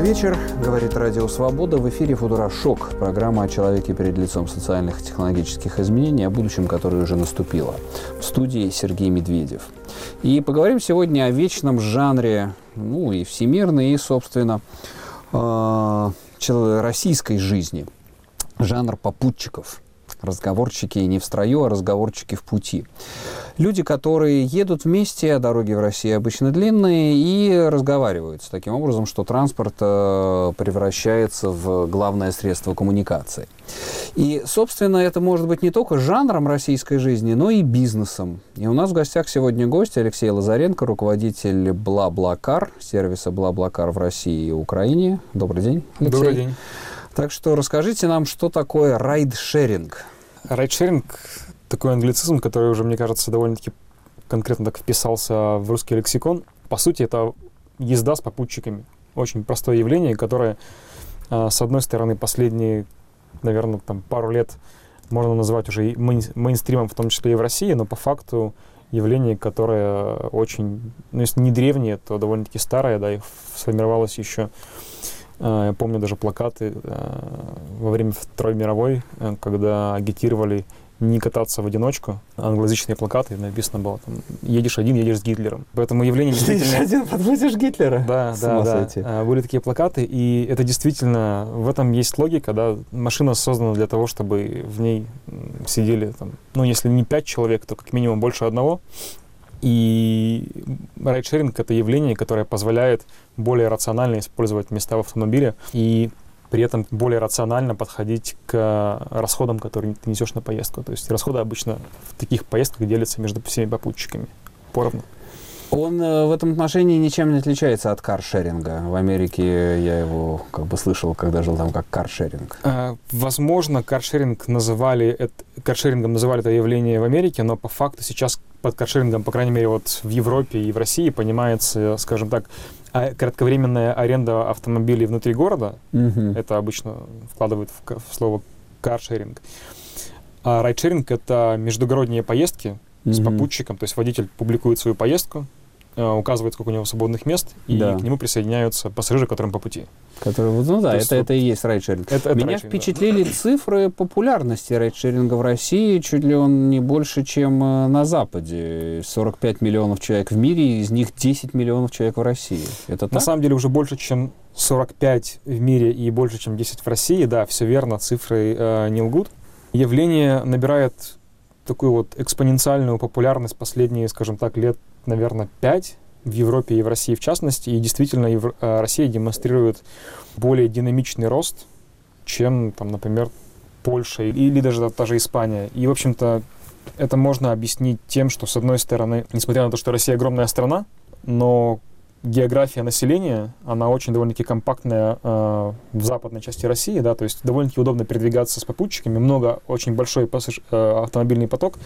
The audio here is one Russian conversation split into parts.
вечер. Говорит Радио Свобода. В эфире «Футурашок». Программа о человеке перед лицом социальных и технологических изменений, о будущем, которое уже наступило. В студии Сергей Медведев. И поговорим сегодня о вечном жанре, и всемирной, и, собственно, российской жизни. Жанр попутчиков. Разговорчики не в строю, а разговорчики в пути. Люди, которые едут вместе, а дороги в России обычно длинные, и разговариваются таким образом, что транспорт превращается в главное средство коммуникации. И, собственно, это может быть не только жанром российской жизни, но и бизнесом. И у нас в гостях сегодня гость Алексей Лазаренко, руководитель BlaBlaCar, сервиса BlaBlaCar в России и Украине. Добрый день, Алексей. Добрый день. Так что расскажите нам, что такое райдшеринг. Райдшеринг – такой англицизм, который уже, мне кажется, довольно-таки конкретно так вписался в русский лексикон. По сути, это езда с попутчиками. Очень простое явление, которое, с одной стороны, последние, наверное, пару лет можно назвать уже мейнстримом, в том числе и в России, но по факту явление, которое очень, если не древнее, то довольно-таки старое, да, и сформировалось еще. Я помню даже плакаты во время Второй мировой, когда агитировали не кататься в одиночку. Англоязычные плакаты, написано было там: «Едешь один, едешь с Гитлером». Поэтому явление действительно... Едешь один, подвозишь Гитлера? Да. Были такие плакаты, и это действительно... В этом есть логика, да. Машина создана для того, чтобы в ней сидели, если не 5 человек, то как минимум больше одного. И райдшеринг — это явление, которое позволяет более рационально использовать места в автомобиле и при этом более рационально подходить к расходам, которые ты несешь на поездку. То есть расходы обычно в таких поездках делятся между всеми попутчиками поровну. Он в этом отношении ничем не отличается от каршеринга. В Америке я его слышал, когда жил там, как каршеринг. Возможно, каршерингом называли это явление в Америке, но по факту сейчас под каршерингом, по крайней мере, в Европе и в России понимается, скажем так, кратковременная аренда автомобилей внутри города. Это обычно вкладывают в слово каршеринг. А райдшеринг — это междугородние поездки с попутчиком, то есть водитель публикует свою поездку, указывает, сколько у него свободных мест, и к нему присоединяются пассажиры, которым по пути. Это и есть райдшеринг. Меня впечатлили цифры популярности райдшеринга в России. Чуть ли он не больше, чем на Западе. 45 миллионов человек в мире, из них 10 миллионов человек в России. Это так? На самом деле уже больше, чем 45 в мире и больше, чем 10 в России. Да, все верно, цифры не лгут. Явление набирает такую экспоненциальную популярность последние, скажем так, лет, наверное, 5 в Европе и в России в частности. И действительно, Россия демонстрирует более динамичный рост, чем, например, Польша или даже та же Испания. И, в общем-то, это можно объяснить тем, что, с одной стороны, несмотря на то, что Россия огромная страна, но география населения, она очень довольно-таки компактная в западной части России, да, то есть довольно-таки удобно передвигаться с попутчиками, очень большой автомобильный поток.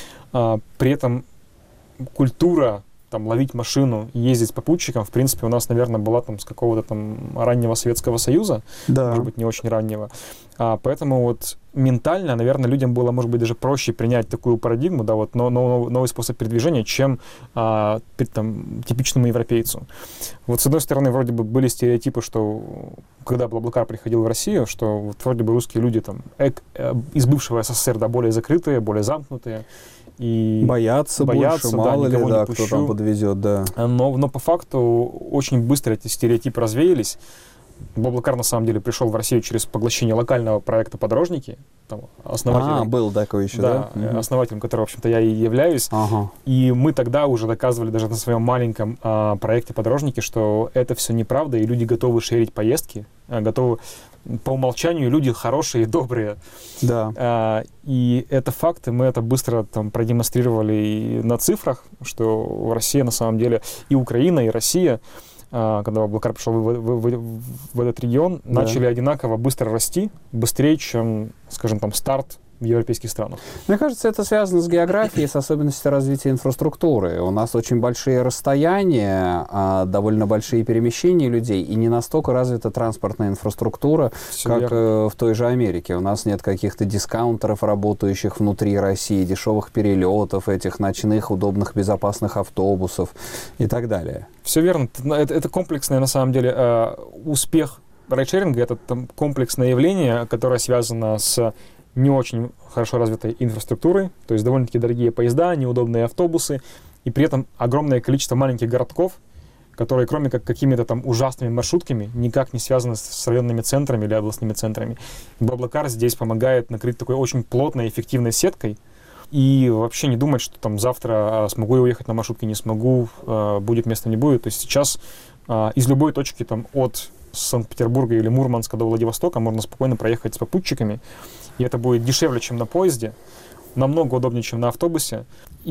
При этом культура ловить машину, ездить с попутчиком, в принципе, у нас, наверное, была с какого-то раннего Советского Союза, может быть, не очень раннего. Поэтому ментально, наверное, людям было, может быть, даже проще принять такую парадигму, да, новый способ передвижения, чем типичному европейцу. С одной стороны, вроде бы были стереотипы, что когда BlaBlaCar приходил в Россию, что вроде бы русские люди из бывшего СССР, да, более закрытые, более замкнутые. И боятся больше, мало ли, да, кто там подвезет, да. Но по факту очень быстро эти стереотипы развеялись. BlaBlaCar на самом деле пришел в Россию через поглощение локального проекта «Подорожники». Основателем, был такой еще, да? Основателем которого, в общем-то, я и являюсь. И мы тогда уже доказывали даже на своем маленьком проекте «Подорожники», что это все неправда, и люди готовы шерить поездки, готовы... По умолчанию люди хорошие и добрые. Да. И это факты, мы это быстро продемонстрировали и на цифрах, что Россия на самом деле, и Украина, и Россия, когда BlaBlaCar пришел в этот регион, начали одинаково быстро расти, быстрее, чем, скажем, старт в европейских странах. Мне кажется, это связано с географией, с особенностью развития инфраструктуры. У нас очень большие расстояния, довольно большие перемещения людей, и не настолько развита транспортная инфраструктура, как в той же Америке. У нас нет каких-то дискаунтеров, работающих внутри России, дешевых перелетов, этих ночных, удобных, безопасных автобусов и так далее. Все верно. Это комплексное, на самом деле, успех райдшеринга — это там комплексное явление, которое связано с не очень хорошо развитой инфраструктурой, то есть довольно-таки дорогие поезда, неудобные автобусы, и при этом огромное количество маленьких городков, которые, кроме как какими-то там ужасными маршрутками, никак не связаны с районными центрами или областными центрами. BlaBlaCar здесь помогает накрыть такой очень плотной, эффективной сеткой, и вообще не думать, что там завтра смогу я уехать на маршрутке, не смогу, будет место, не будет. То есть сейчас из любой точки там от Санкт-Петербурга или Мурманска до Владивостока можно спокойно проехать с попутчиками, и это будет дешевле, чем на поезде, намного удобнее, чем на автобусе.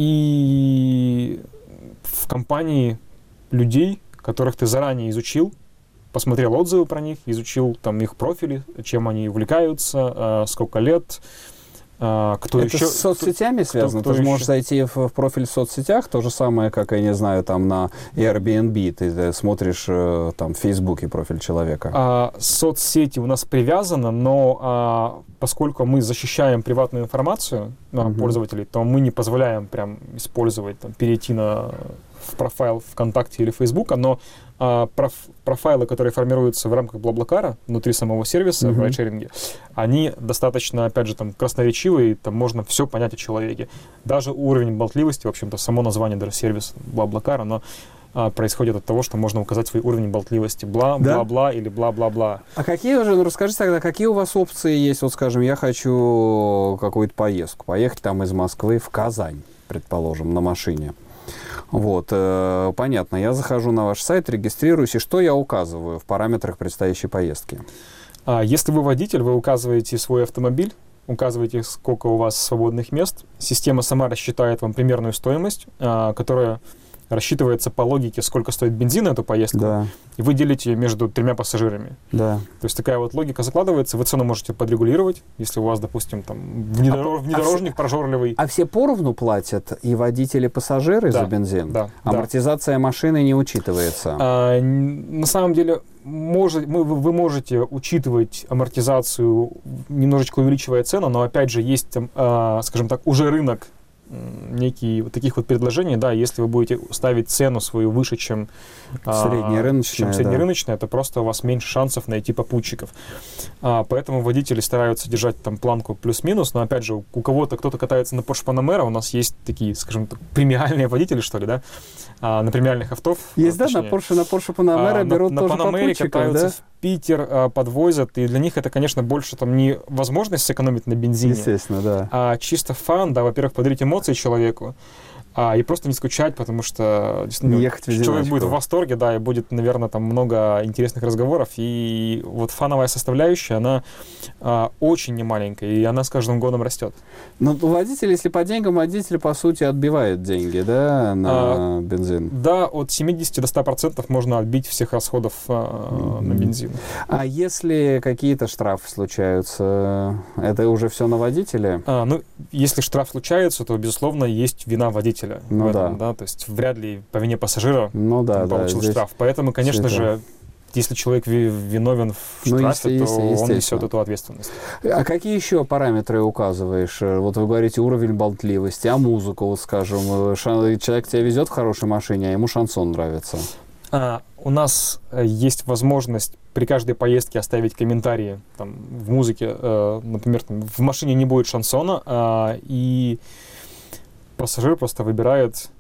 И в компании людей, которых ты заранее изучил, посмотрел отзывы про них, изучил там их профили, чем они увлекаются, сколько лет, кто это еще... с соцсетями связано? Ты же можешь зайти в профиль в соцсетях, то же самое, как, я не знаю, там на Airbnb, ты смотришь там в Фейсбуке профиль человека. Соцсети у нас привязаны, но поскольку мы защищаем приватную информацию пользователей, то мы не позволяем прям использовать, там, перейти в профайл ВКонтакте или Фейсбука, но профайлы, которые формируются в рамках BlaBlaCar внутри самого сервиса в райдшеринге, они достаточно, опять же, там, красноречивые, там можно все понять о человеке. Даже уровень болтливости, в общем-то, само название даже сервиса BlaBlaCar, оно происходит от того, что можно указать свой уровень болтливости. Бла-бла-бла или бла-бла-бла. А какие уже, расскажите тогда, какие у вас опции есть? Вот, скажем, я хочу какую-то поездку, поехать там из Москвы в Казань, предположим, на машине. Вот, понятно, я захожу на ваш сайт, регистрируюсь, и что я указываю в параметрах предстоящей поездки? Если вы водитель, вы указываете свой автомобиль, указываете, сколько у вас свободных мест. Система сама рассчитает вам примерную стоимость, которая рассчитывается по логике, сколько стоит бензин на эту поездку, да. И вы делите между 3 пассажирами. Да. То есть такая вот логика закладывается, вы цену можете подрегулировать, если у вас, допустим, там внедорожник прожорливый. А все поровну платят, и водители, и пассажиры за бензин? Да. Амортизация машины не учитывается? На самом деле, вы можете учитывать амортизацию, немножечко увеличивая цену, но опять же есть, скажем так, уже рынок некие вот таких вот предложений, да, если вы будете ставить цену свою выше, чем среднерыночная, то просто у вас меньше шансов найти попутчиков. Поэтому водители стараются держать там планку плюс-минус, но опять же, у кого-то, кто-то катается на Porsche Panamera, у нас есть такие, скажем так, премиальные водители, что ли, да, на премиальных автов. Есть, точнее, да, на Porsche Panamera берут на тоже Panamera попутчиков, катаются да? В Питер, подвозят, и для них это, конечно, больше там не возможность сэкономить на бензине, естественно, да, а чисто фан, да, во-первых, подарить эмоции человеку, и просто не скучать, потому что человек будет в восторге, да, и будет, наверное, там много интересных разговоров, и вот фановая составляющая, она очень немаленькая, и она с каждым годом растет. Ну, водитель, если по деньгам, водитель, по сути, отбивает деньги, да, на бензин? Да, от 70 до 100% можно отбить всех расходов на бензин. А если какие-то штрафы случаются, это уже все на водителе? Ну, если штраф случается, то, безусловно, есть вина водителя. Ну, этом, да, то есть вряд ли по вине пассажира получил здесь штраф. Поэтому, конечно же, если человек виновен в штрафе, то он несет эту ответственность. А какие еще параметры указываешь? Вот вы говорите уровень болтливости, а музыку, вот скажем, человек тебя везет в хорошей машине, а ему шансон нравится. У нас есть возможность при каждой поездке оставить комментарии там, в музыке. Например, там, в машине не будет шансона, и пассажир просто выбирает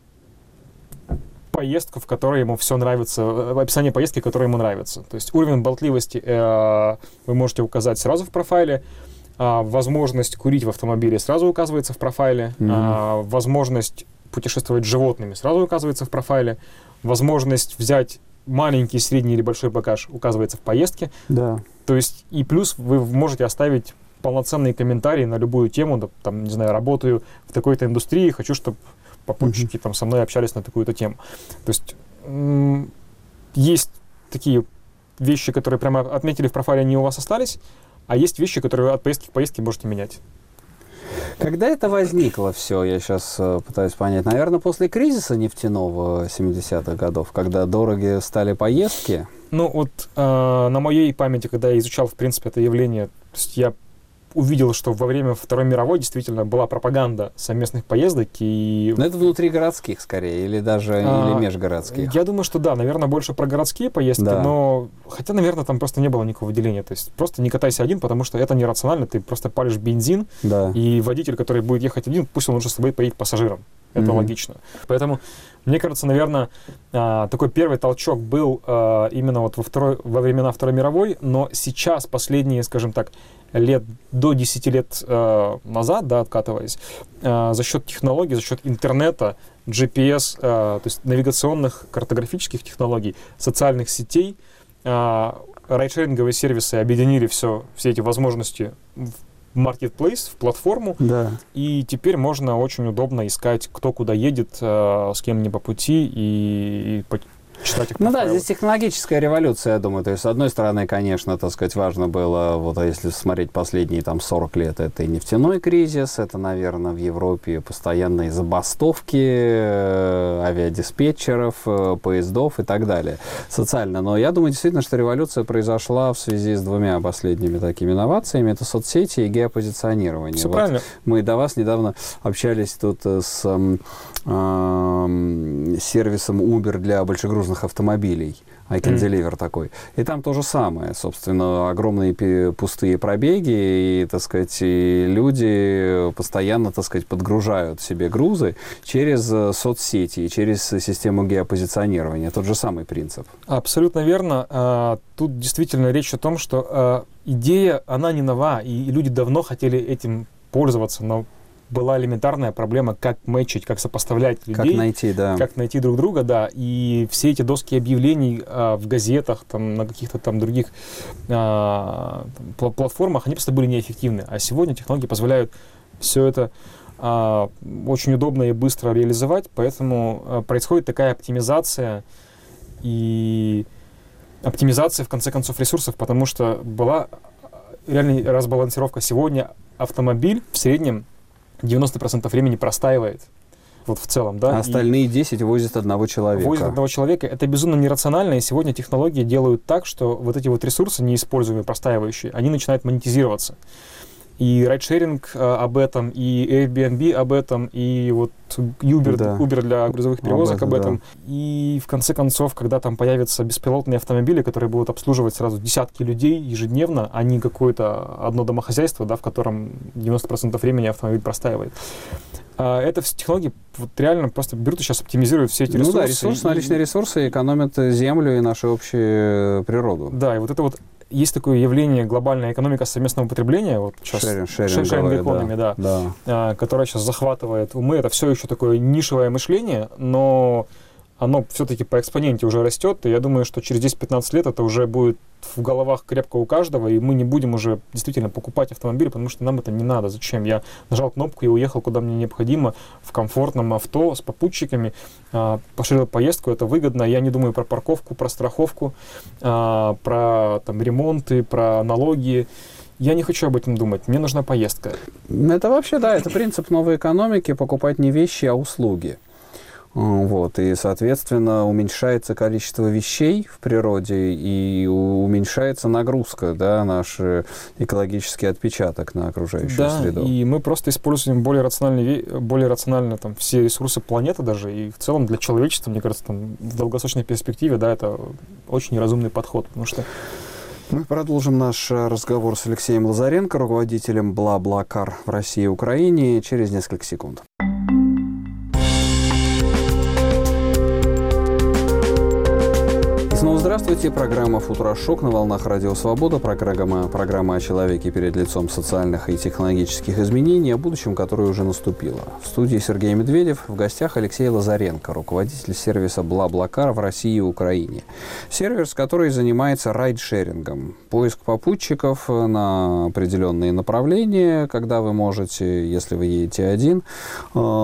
поездку, в которой ему все нравится, описание поездки, которая ему нравится. То есть уровень болтливости вы можете указать сразу в профайле, возможность курить в автомобиле сразу указывается в профайле, возможность путешествовать с животными сразу указывается в профайле, возможность взять маленький, средний или большой багаж указывается в поездке. Да. То есть и плюс вы можете оставить полноценные комментарии на любую тему, там, не знаю, работаю в такой-то индустрии, хочу, чтобы попутчики там со мной общались на такую-то тему. То есть есть такие вещи, которые прямо отметили в профайле, они у вас остались, а есть вещи, которые от поездки к поездке можете менять. Когда это возникло все, я сейчас пытаюсь понять. Наверное, после кризиса нефтяного 70-х годов, когда дороги стали поездки. Ну вот на моей памяти, когда я изучал, в принципе, это явление, то есть я увидел, что во время Второй мировой действительно была пропаганда совместных поездок. И... Но это внутригородских скорее, или даже или межгородских? Я думаю, что да, наверное, больше про городские поездки, да. Но хотя, наверное, там просто не было никакого деления. То есть просто не катайся один, потому что это нерационально, ты просто палишь бензин, да. И водитель, который будет ехать один, пусть он лучше с тобой поедет пассажиром. Это логично. Поэтому, мне кажется, наверное, такой первый толчок был именно вот во времена Второй мировой, но сейчас, последние, скажем так, до 10 лет назад, да, откатываясь, за счет технологий, за счет интернета, GPS, то есть навигационных, картографических технологий, социальных сетей, райдшеринговые сервисы объединили все эти возможности в marketplace, в платформу, да. И теперь можно очень удобно искать, кто куда едет, с кем не по пути, и читать их. Ну да, здесь технологическая революция, я думаю. То есть, с одной стороны, конечно, так сказать, важно было, вот если смотреть последние там 40 лет, это и нефтяной кризис, это, наверное, в Европе постоянные забастовки авиадиспетчеров, поездов и так далее. Социально. Но я думаю, действительно, что революция произошла в связи с двумя последними такими инновациями. Это соцсети и геопозиционирование. Все правильно. Мы до вас недавно общались тут с сервисом Uber для большегрузных автомобилей. I can deliver такой. И там то же самое. Собственно, огромные пустые пробеги, и, так сказать, и люди постоянно, так сказать, подгружают себе грузы через соцсети и через систему геопозиционирования. Тот же самый принцип. Абсолютно верно. Тут действительно речь о том, что идея, она не нова, и люди давно хотели этим пользоваться, но была элементарная проблема, как мэчить, как сопоставлять людей. Как найти, да. Как найти друг друга, да. И все эти доски объявлений в газетах, там, на каких-то там других платформах, они просто были неэффективны. А сегодня технологии позволяют все это очень удобно и быстро реализовать, поэтому происходит такая оптимизация и оптимизация, в конце концов, ресурсов, потому что была реальная разбалансировка. Сегодня автомобиль в среднем 90% времени простаивает, вот в целом, да. А остальные 10 возят одного человека. Возят одного человека. Это безумно нерационально, и сегодня технологии делают так, что вот эти вот ресурсы, неиспользуемые, простаивающие, они начинают монетизироваться. И райдшеринг об этом, и Airbnb об этом, и вот Uber, да. Uber для грузовых перевозок об этом. Да. И в конце концов, когда там появятся беспилотные автомобили, которые будут обслуживать сразу десятки людей ежедневно, а не какое-то одно домохозяйство, да, в котором 90% времени автомобиль простаивает. Это все технологии вот реально просто берут и сейчас оптимизируют все эти ресурсы. Ну да, ресурсы, наличные ресурсы экономят землю и нашу общую природу. Да, и вот это вот есть такое явление глобальная экономика совместного потребления, вот сейчас sharing economy, да, которая сейчас захватывает умы. Это все еще такое нишевое мышление, но оно все-таки по экспоненте уже растет, и я думаю, что через 10-15 лет это уже будет в головах крепко у каждого, и мы не будем уже действительно покупать автомобиль, потому что нам это не надо. Зачем? Я нажал кнопку и уехал, куда мне необходимо, в комфортном авто, с попутчиками, поширил поездку, это выгодно. Я не думаю про парковку, про страховку, про там, ремонты, про налоги. Я не хочу об этом думать, мне нужна поездка. Это вообще, да, это принцип новой экономики, покупать не вещи, а услуги. Вот, и, соответственно, уменьшается количество вещей в природе и уменьшается нагрузка, да, наш экологический отпечаток на окружающую среду. Да, и мы просто используем более рационально там, все ресурсы планеты даже, и в целом для человечества, мне кажется, там, в долгосрочной перспективе, да, это очень разумный подход, потому что... Мы продолжим наш разговор с Алексеем Лазаренко, руководителем BlaBlaCar в России и Украине, через несколько секунд. Снова здравствуйте. Программа «Футурошок» на волнах Радио Свобода. Программа о человеке перед лицом социальных и технологических изменений, о будущем, которое уже наступило. В студии Сергей Медведев. В гостях Алексей Лазаренко, руководитель сервиса BlaBlaCar в России и Украине. Сервис, который занимается райдшерингом. Поиск попутчиков на определенные направления, когда вы можете, если вы едете один,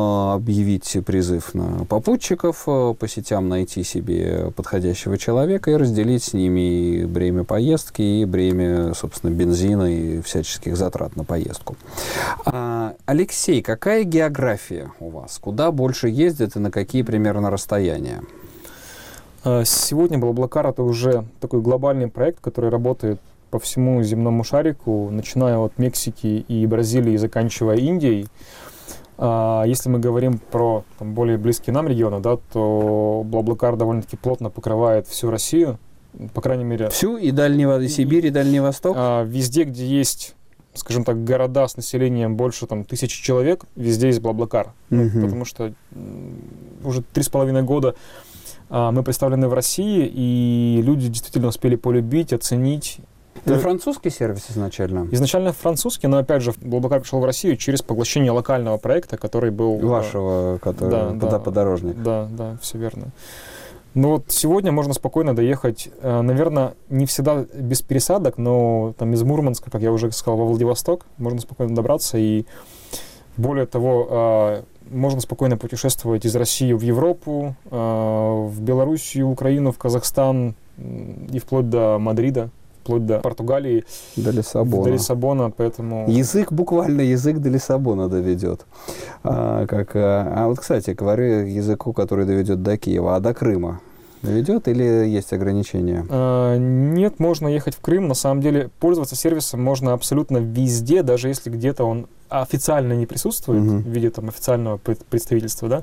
объявить призыв на попутчиков, по сетям найти себе подходящего человека и разделить с ними и бремя поездки, и бремя, собственно, бензина и всяческих затрат на поездку. Алексей, какая география у вас? Куда больше ездят и на какие примерно расстояния? Сегодня BlaBlaCar — это уже такой глобальный проект, который работает по всему земному шарику, начиная от Мексики и Бразилии, заканчивая Индией. Если мы говорим про более близкие нам регионы, да, то BlaBlaCar довольно-таки плотно покрывает всю Россию, по крайней мере... Всю и Сибирь, и Дальний Восток? Везде, где есть, скажем так, города с населением больше 1000 человек, везде есть BlaBlaCar. Потому что уже 3,5 года мы представлены в России, и люди действительно успели полюбить, оценить. Это французский сервис изначально? Изначально французский, но опять же BlaBlaCar пришел в Россию через поглощение локального проекта, который был... Вашего, который подорожник. Да, все верно. Но вот сегодня можно спокойно доехать, наверное, не всегда без пересадок, но из Мурманска, как я уже сказал, во Владивосток можно спокойно добраться. И более того, можно спокойно путешествовать из России в Европу, в Белоруссию, Украину, в Казахстан и вплоть до Мадрида, вплоть до Португалии. До Лиссабона. Поэтому... Буквально язык до Лиссабона доведет. Вот, кстати, говорю языку, который доведет до Киева, а до Крыма доведет или есть ограничения? Нет, можно ехать в Крым. На самом деле пользоваться сервисом можно абсолютно везде, даже если где-то он официально не присутствует в виде официального представительства, да,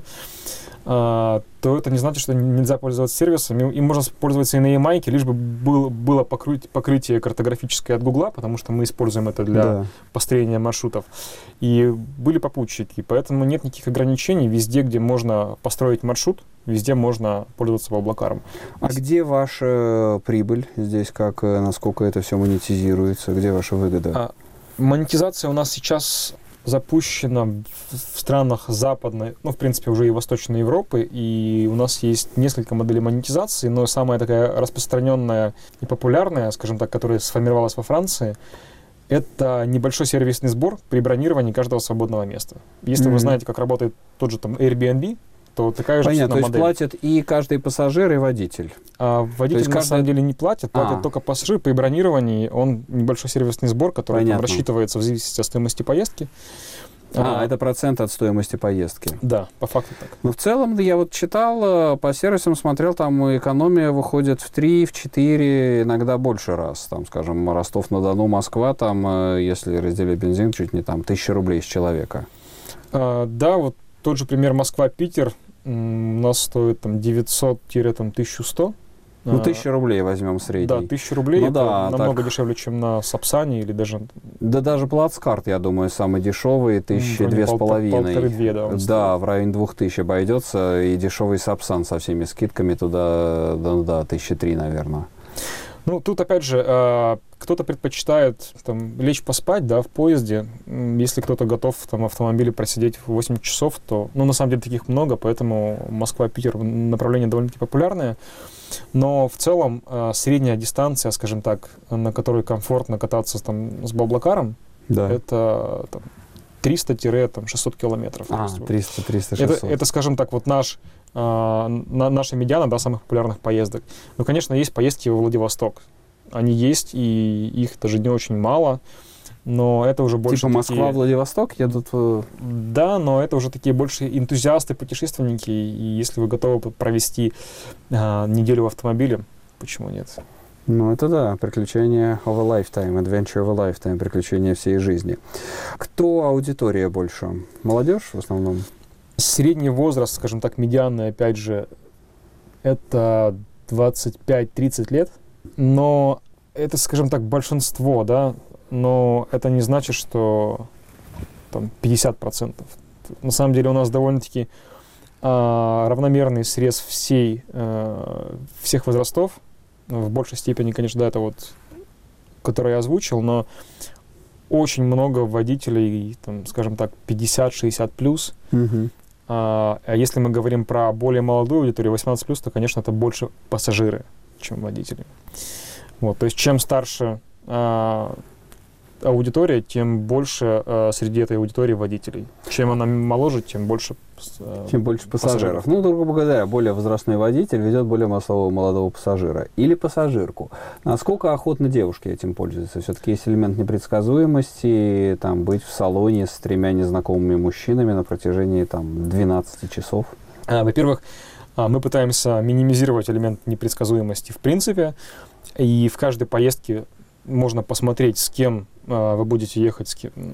то это не значит, что нельзя пользоваться сервисом. Им можно пользоваться и на Ямайке, лишь бы было покрытие картографическое от Гугла, потому что мы используем это для построения маршрутов. И были попутчики, поэтому нет никаких ограничений. Везде, где можно построить маршрут, везде можно пользоваться BlaBlaCar. А где ваша прибыль здесь? Насколько это все монетизируется? Где ваша выгода? Монетизация у нас сейчас запущена в странах западной, в принципе, уже и Восточной Европы, и у нас есть несколько моделей монетизации, но самая такая распространенная и популярная, скажем так, которая сформировалась во Франции, это небольшой сервисный сбор при бронировании каждого свободного места. Если вы знаете, как работает тот же Airbnb, то такая же модель. То есть модель. Платят и каждый пассажир, и водитель? Водитель на самом деле не платит, платит только пассажир. При бронировании он небольшой сервисный сбор, который рассчитывается в зависимости от стоимости поездки. Это процент от стоимости поездки? Да, по факту так. Но в целом, я вот читал, по сервисам смотрел, там экономия выходит в 3, в 4, иногда больше раз. Там, скажем, Ростов-на-Дону, Москва, там, если разделить бензин, чуть не 1000 рублей с человека. Да, вот тот же пример Москва-Питер у нас стоит 900-1100. 1000 рублей возьмем средний. Да, 1000 рублей. Это намного дешевле, чем на Сапсане или даже... Да даже Плацкарт, я думаю, самый дешевый, 1500-2,5. Да, в районе 2000 обойдется. И дешевый Сапсан со всеми скидками туда, 1003, наверное. Тут, опять же, кто-то предпочитает лечь поспать, в поезде. Если кто-то готов в автомобиле просидеть 8 часов, то, на самом деле, таких много, поэтому Москва-Питер направление довольно-таки популярное. Но в целом средняя дистанция, скажем так, на которой комфортно кататься с BlaBlaCar, это 300-600 километров. 300-600. Это, скажем так, наша медиана, самых популярных поездок. Но, конечно, есть поездки во Владивосток. Они есть, и их даже не очень мало. Но это уже больше Москва-Владивосток едут? Да, но это уже такие больше энтузиасты, путешественники. И если вы готовы провести неделю в автомобиле, почему нет? Это приключения of a lifetime, adventure of a lifetime, приключения всей жизни. Кто аудитория больше? Молодежь в основном? Средний возраст, скажем так, медианный, опять же, это 25-30 лет. Но это, скажем так, большинство, но это не значит, что 50%. На самом деле у нас довольно-таки равномерный срез всех возрастов. В большей степени, конечно, это который я озвучил, но очень много водителей, скажем так, 50-60 плюс. А если мы говорим про более молодую аудиторию, 18 плюс, то, конечно, это больше пассажиры, чем водители. То есть чем старше аудитория, тем больше среди этой аудитории водителей. Чем она моложе, тем больше пассажиров. Ну, грубо говоря, более возрастной водитель ведет более молодого пассажира. Или пассажирку. Насколько охотно девушки этим пользуются? Все-таки есть элемент непредсказуемости, там, быть в салоне с 3 незнакомыми мужчинами на протяжении там, 12 часов. Во-первых, мы пытаемся минимизировать элемент непредсказуемости в принципе. И в каждой поездке можно посмотреть, с кем вы будете ехать,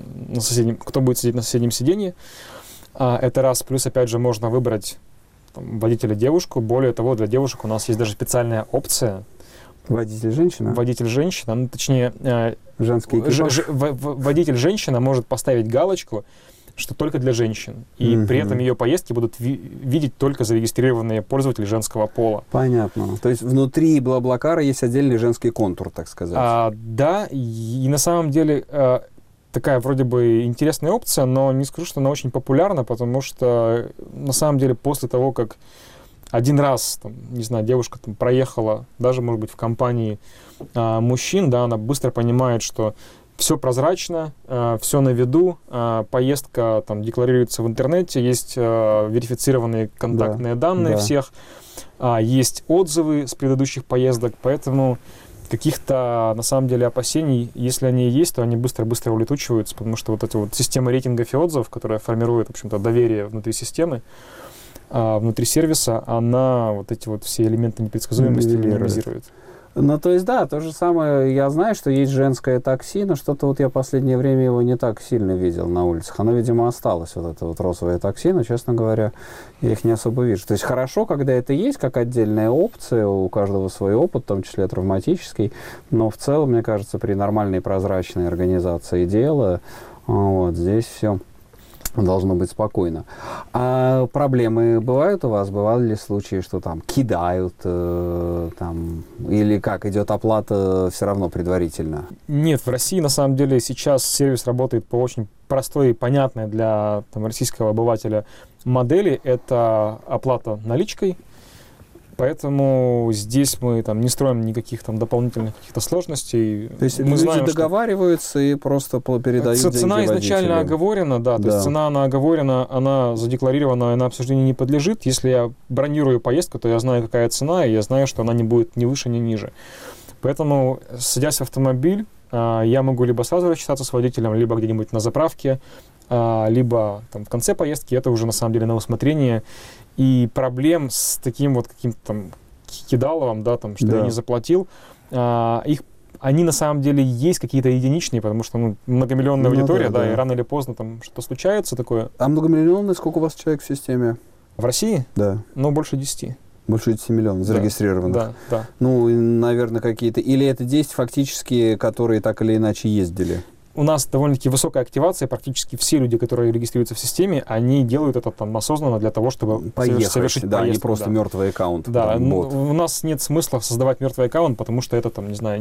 кто будет сидеть на соседнем сиденье. Это раз. Плюс, опять же, можно выбрать водителя девушку. Более того, для девушек у нас есть даже специальная опция. Водитель женщина? Водитель женщина. Ну, точнее, женский экипаж. Водитель женщина может поставить галочку, что только для женщин. И при этом ее поездки будут видеть только зарегистрированные пользователи женского пола. Понятно. То есть внутри BlaBlaCar есть отдельный женский контур, так сказать. Да, и на самом деле такая вроде бы интересная опция, но не скажу, что она очень популярна, потому что на самом деле после того, как один раз, там, не знаю, девушка там проехала, даже, может быть, в компании мужчин, да, она быстро понимает, что все прозрачно, все на виду, поездка там декларируется в интернете, есть верифицированные контактные данные всех, есть отзывы с предыдущих поездок, поэтому каких-то, на самом деле, опасений, если они есть, то они быстро-быстро улетучиваются, потому что вот эта вот система рейтингов и отзывов, которая формирует, в общем-то, доверие внутри системы, внутри сервиса, она вот эти вот все элементы непредсказуемости минимизирует. Ну, то есть, да, то же самое, я знаю, что есть женское такси, но что-то вот я в последнее время его не так сильно видел на улицах. Оно, видимо, осталось, вот это вот розовое такси, но, честно говоря, я их не особо вижу. То есть, хорошо, когда это есть, как отдельная опция, у каждого свой опыт, в том числе травматический, но в целом, мне кажется, при нормальной прозрачной организации дела, вот здесь все должно быть спокойно. А проблемы бывают у вас? Бывали ли случаи, что там кидают, там, или как, идет оплата все равно предварительно? Нет, в России на самом деле сейчас сервис работает по очень простой и понятной для там, российского обывателя модели. Это оплата наличкой. Поэтому здесь мы там не строим никаких там дополнительных каких-то сложностей. То есть мы знаем, договариваются и просто передают деньги цена изначально оговорена, да, то есть цена она оговорена, она задекларирована, она обсуждению не подлежит. Если я бронирую поездку, то я знаю, какая цена, и я знаю, что она не будет ни выше, ни ниже. Поэтому, садясь в автомобиль, я могу либо сразу рассчитаться с водителем, либо где-нибудь на заправке, либо там, в конце поездки. Это уже на самом деле на усмотрение. И проблем с таким вот каким-то там кидаловым, да, там, что я не заплатил, они на самом деле есть какие-то единичные, потому что многомиллионная аудитория, да, и рано или поздно там что-то случается такое. А многомиллионный, сколько у вас человек в системе? В России? Да. Ну, больше 10. Больше 10 миллионов зарегистрированных? Да, да. Ну, наверное, какие-то... Или это 10 фактически, которые так или иначе ездили? У нас довольно-таки высокая активация, практически все люди, которые регистрируются в системе, они делают это там осознанно для того, чтобы совершить да, поездку. Не просто мертвый аккаунт. Да, у нас нет смысла создавать мертвый аккаунт, потому что это там, не знаю,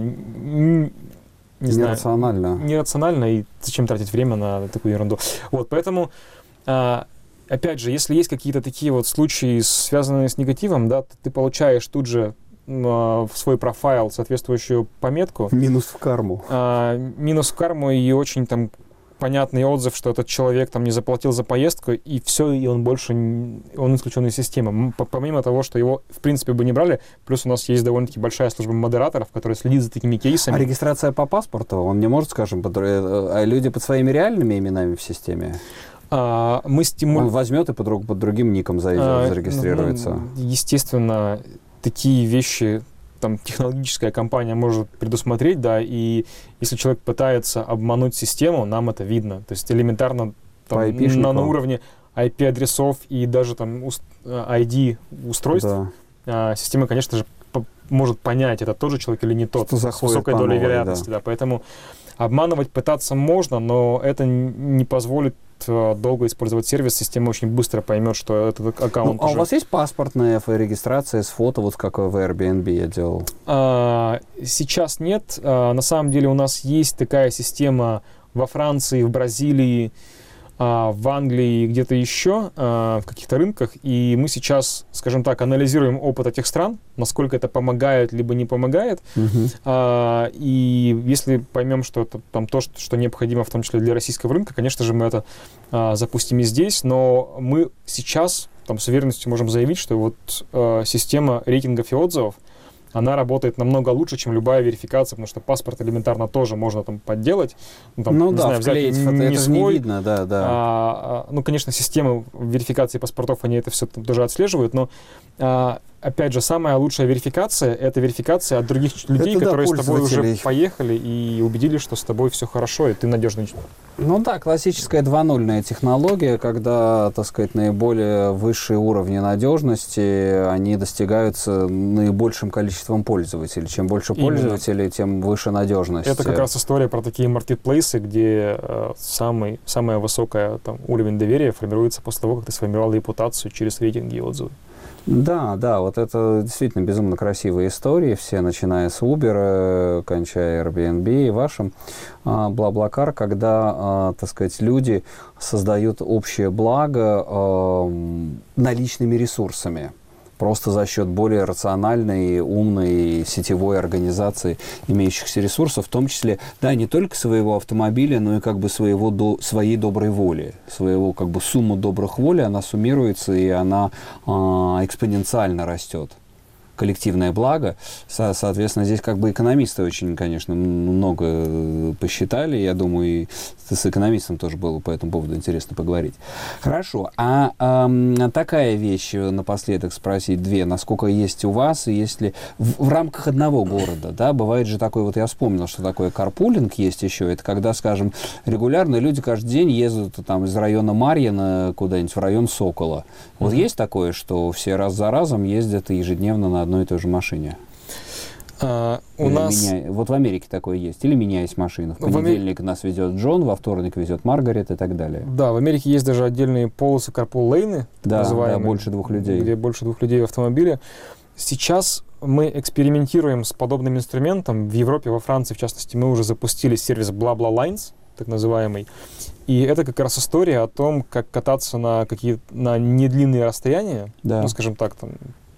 нерационально, и зачем тратить время на такую ерунду. Вот, поэтому, опять же, если есть какие-то такие вот случаи, связанные с негативом, да, ты получаешь тут же в свой профайл соответствующую пометку. Минус в карму. Минус в карму и очень там понятный отзыв, что этот человек там не заплатил за поездку, и все, и он больше, он исключен из системы. Помимо того, что его в принципе бы не брали, плюс у нас есть довольно-таки большая служба модераторов, которая следит за такими кейсами. А регистрация по паспорту, он не может, скажем, люди под своими реальными именами в системе? Он возьмет и под другим ником зарегистрируется? Естественно, такие вещи там технологическая компания может предусмотреть, да, и если человек пытается обмануть систему, нам это видно. То есть элементарно там, на уровне IP-адресов и даже там ID устройств система, конечно же, может понять, это тот же человек или не тот, с высокой долей вероятности. Да. Поэтому обманывать пытаться можно, но это не позволит долго использовать сервис, система очень быстро поймет, что этот аккаунт у вас есть паспортная регистрация с фото, вот как в Airbnb я делал? Сейчас нет. На самом деле у нас есть такая система во Франции, в Бразилии, в Англии и где-то еще, в каких-то рынках, и мы сейчас, скажем так, анализируем опыт этих стран, насколько это помогает, либо не помогает, и если поймем, что это там то, что необходимо, в том числе для российского рынка, конечно же, мы это запустим и здесь, но мы сейчас там с уверенностью можем заявить, что вот система рейтингов и отзывов, она работает намного лучше, чем любая верификация, потому что паспорт элементарно тоже можно там подделать. Там, не знаю, вклеить, это свой, не видно, да. Ну, конечно, системы верификации паспортов, они это все там тоже отслеживают, но опять же, самая лучшая верификация — это верификация от других людей, это, которые с тобой уже поехали и убедились, что с тобой все хорошо, и ты надежный. Ну да, классическая 2.0-ная технология, когда, так сказать, наиболее высшие уровни надежности, они достигаются наибольшим количеством пользователей. Чем больше пользователей, тем выше надежность. Это как раз история про такие маркетплейсы, где самая высокая там, уровень доверия формируется после того, как ты сформировал репутацию через рейтинги и отзывы. Да, да, вот это действительно безумно красивые истории, все, начиная с Uber, кончая Airbnb и вашим BlaBlaCar, когда, так сказать, люди создают общее благо наличными ресурсами. Просто за счет более рациональной, умной сетевой организации имеющихся ресурсов, в том числе, да, не только своего автомобиля, но и как бы своей доброй воли, своего как бы сумму добрых воли, она суммируется и она экспоненциально растет. Коллективное благо. Соответственно, здесь как бы экономисты очень, конечно, много посчитали. Я думаю, и с экономистом тоже было по этому поводу интересно поговорить. Хорошо. Такая вещь напоследок спросить, две. Насколько есть у вас, и если в рамках одного города, да, бывает же такой, вот я вспомнил, что такое карпулинг есть еще. Это когда, скажем, регулярно люди каждый день ездят там из района Марьино куда-нибудь в район Сокола. Вот есть такое, что все раз за разом ездят и ежедневно на одной и той же машине? У нас... Вот в Америке такое есть. Или меняясь машину. В понедельник нас везет Джон, во вторник везет Маргарет и так далее. Да, в Америке есть даже отдельные полосы карпул-лейны, да, называемые, да, больше двух людей. Где больше двух людей в автомобиле. Сейчас мы экспериментируем с подобным инструментом. В Европе, во Франции, в частности, мы уже запустили сервис BlaBlaLines, так называемый. И это как раз история о том, как кататься на недлинные расстояния, да. Ну, скажем так, там,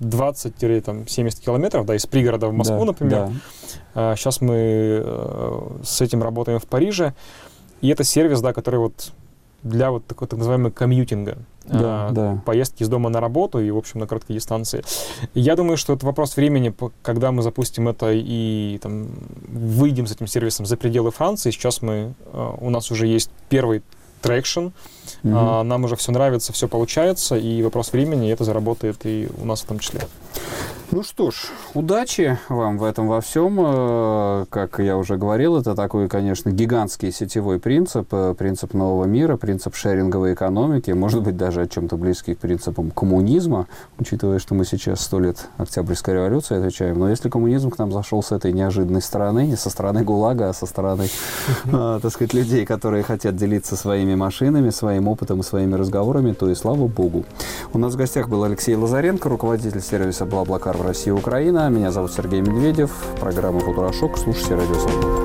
20-70 километров, да, из пригорода в Москву, да, например. Да. Сейчас мы с этим работаем в Париже. И это сервис, да, который вот для вот такого так называемого комьютинга. Да, да. Поездки из дома на работу и, в общем, на короткие дистанции. Я думаю, что это вопрос времени, когда мы запустим это и там, выйдем с этим сервисом за пределы Франции. Сейчас у нас уже есть первый трекшн. Нам уже все нравится, все получается, и вопрос времени, это заработает и у нас в том числе. Ну что ж, удачи вам в этом во всем. Как я уже говорил, это такой, конечно, гигантский сетевой принцип, принцип нового мира, принцип шеринговой экономики, может быть, даже от чем-то близкий к принципам коммунизма, учитывая, что мы сейчас 100 лет Октябрьской революции отвечаем. Но если коммунизм к нам зашел с этой неожиданной стороны, не со стороны ГУЛАГа, а со стороны, так сказать, людей, которые хотят делиться своими машинами, своим опытом и своими разговорами, то и слава богу. У нас в гостях был Алексей Лазаренко, руководитель сервиса BlaBlaCar в России и Украина. Меня зовут Сергей Медведев. Программа «Футурошок». Слушайте «Радио Свобода».